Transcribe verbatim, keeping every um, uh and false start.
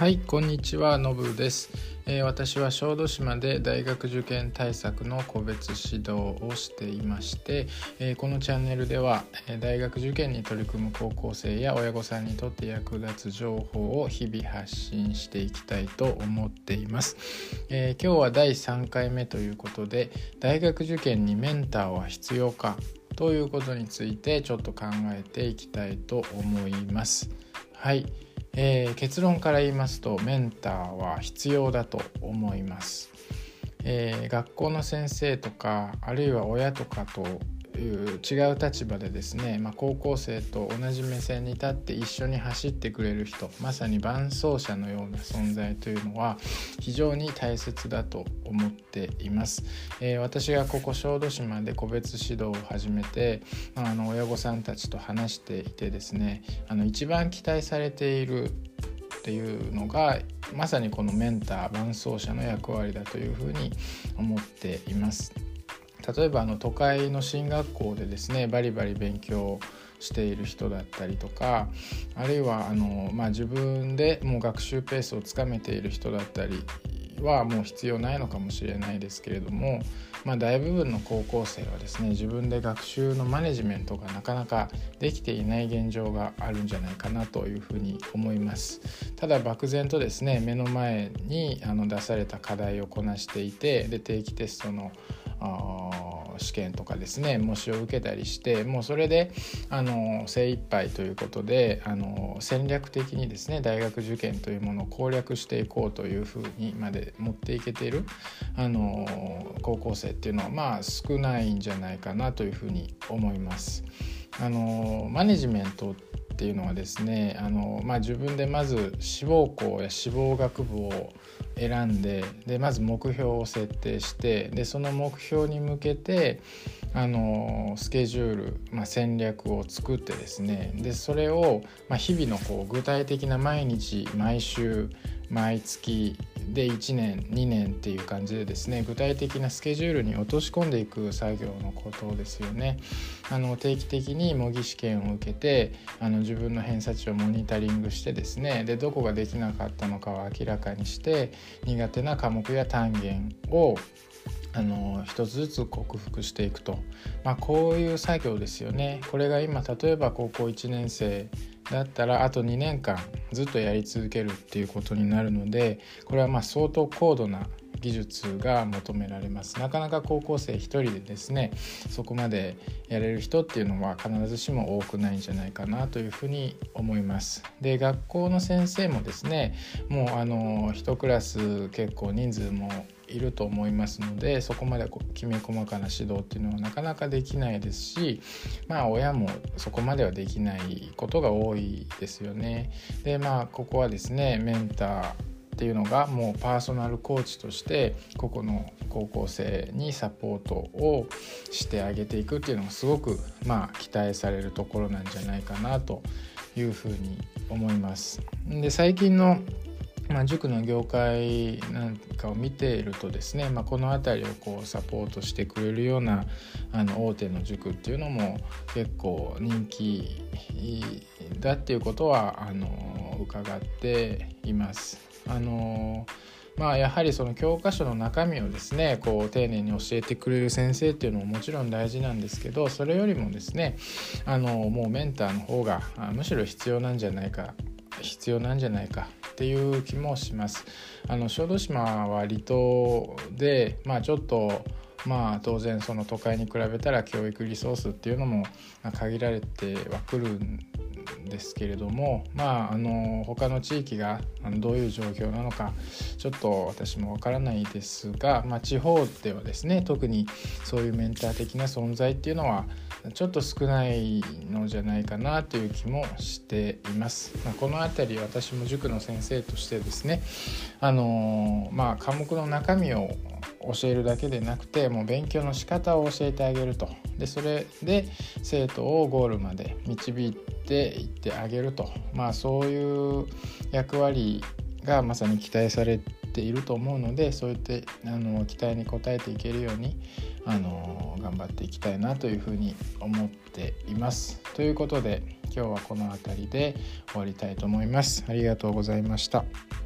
はい、こんにちは、のぶです。えー、私は小豆島で大学受験対策の個別指導をしていまして、えー、このチャンネルでは、えー、大学受験に取り組む高校生や親御さんにとって役立つ情報を日々発信していきたいと思っています。えー、今日はだいさんかいめということで、大学受験にメンターは必要かということについてちょっと考えていきたいと思います。はい。えー、結論から言いますと、メンターは必要だと思います。えー、学校の先生とかあるいは親とかという違う立場でですね、まあ、高校生と同じ目線に立って一緒に走ってくれる人、まさに伴走者のような存在というのは非常に大切だと思っています。えー、私がここ小豆島で個別指導を始めて、まあ、あの親御さんたちと話していてですね、あの一番期待されているっていうのがまさにこのメンター伴走者の役割だというふうに思っています。例えばあの都会の進学校でですねバリバリ勉強している人だったりとか、あるいはあの、まあ、自分でもう学習ペースをつかめている人だったりはもう必要ないのかもしれないですけれども、まあ、大部分の高校生はですね自分で学習のマネジメントがなかなかできていない現状があるんじゃないかなというふうに思います。ただ漠然とですね目の前にあの出された課題をこなしていて、で定期テストの試験とかですね模試を受けたりして、もうそれであの精一杯ということであの戦略的にですね大学受験というものを攻略していこうというふうにまで持っていけているあの高校生っていうのはまあ少ないんじゃないかなというふうに思います。あのマネジメントっていうのはですねあの、まあ、自分でまず志望校や志望学部を選んで、でまず目標を設定して、でその目標に向けてあのスケジュール、まあ、戦略を作ってですね、でそれを、まあ、日々のこう具体的な毎日毎週毎月でいちねんにねんっていう感じでですね具体的なスケジュールに落とし込んでいく作業のことですよね。あの定期的に模擬試験を受けてあの自分の偏差値をモニタリングしてですね、でどこができなかったのかを明らかにして苦手な科目や単元をあの一つずつ克服していくと、まあ、こういう作業ですよね。これが今例えば高校いちねん生だったらあとにねんかんずっとやり続けるっていうことになるので、これはまあ相当高度な技術が求められます。なかなか高校生一人でですねそこまでやれる人っていうのは必ずしも多くないんじゃないかなというふうに思います。で学校の先生もですねもうあの一クラス結構人数もいると思いますので、そこまできめ細かな指導っていうのはなかなかできないですし、まあ親もそこまではできないことが多いですよね。でまあここはですねメンターっていうのがもうパーソナルコーチとして個々の高校生にサポートをしてあげていくっていうのがすごくまあ期待されるところなんじゃないかなというふうに思います。で最近のまあ、塾の業界なんかを見ているとですね、まあ、この辺りをこうサポートしてくれるようなあの大手の塾っていうのも結構人気だっていうことはあの伺っています。あのまあ、やはりその教科書の中身をですねこう丁寧に教えてくれる先生っていうのももちろん大事なんですけど、それよりもですねあのもうメンターの方がむしろ必要なんじゃないか必要なんじゃないかっていう気もします。あの小豆島は離島で、まあ、ちょっとまあ当然その都会に比べたら教育リソースっていうのも限られてはくるんですけれども、まああの他の地域がどういう状況なのかちょっと私もわからないですが、まあ、地方ではですね特にそういうメンター的な存在っていうのはちょっと少ないのじゃないかなという気もしています。まあ、このあたり私も塾の先生としてですねあのまあ科目の中身を教えるだけでなくてもう勉強の仕方を教えてあげると、でそれで生徒をゴールまで導いていってあげると、まあそういう役割がまさに期待されていると思うので、そういってあの期待に応えていけるようにあの頑張っていきたいなというふうに思っています。ということで今日はこの辺りで終わりたいと思います。ありがとうございました。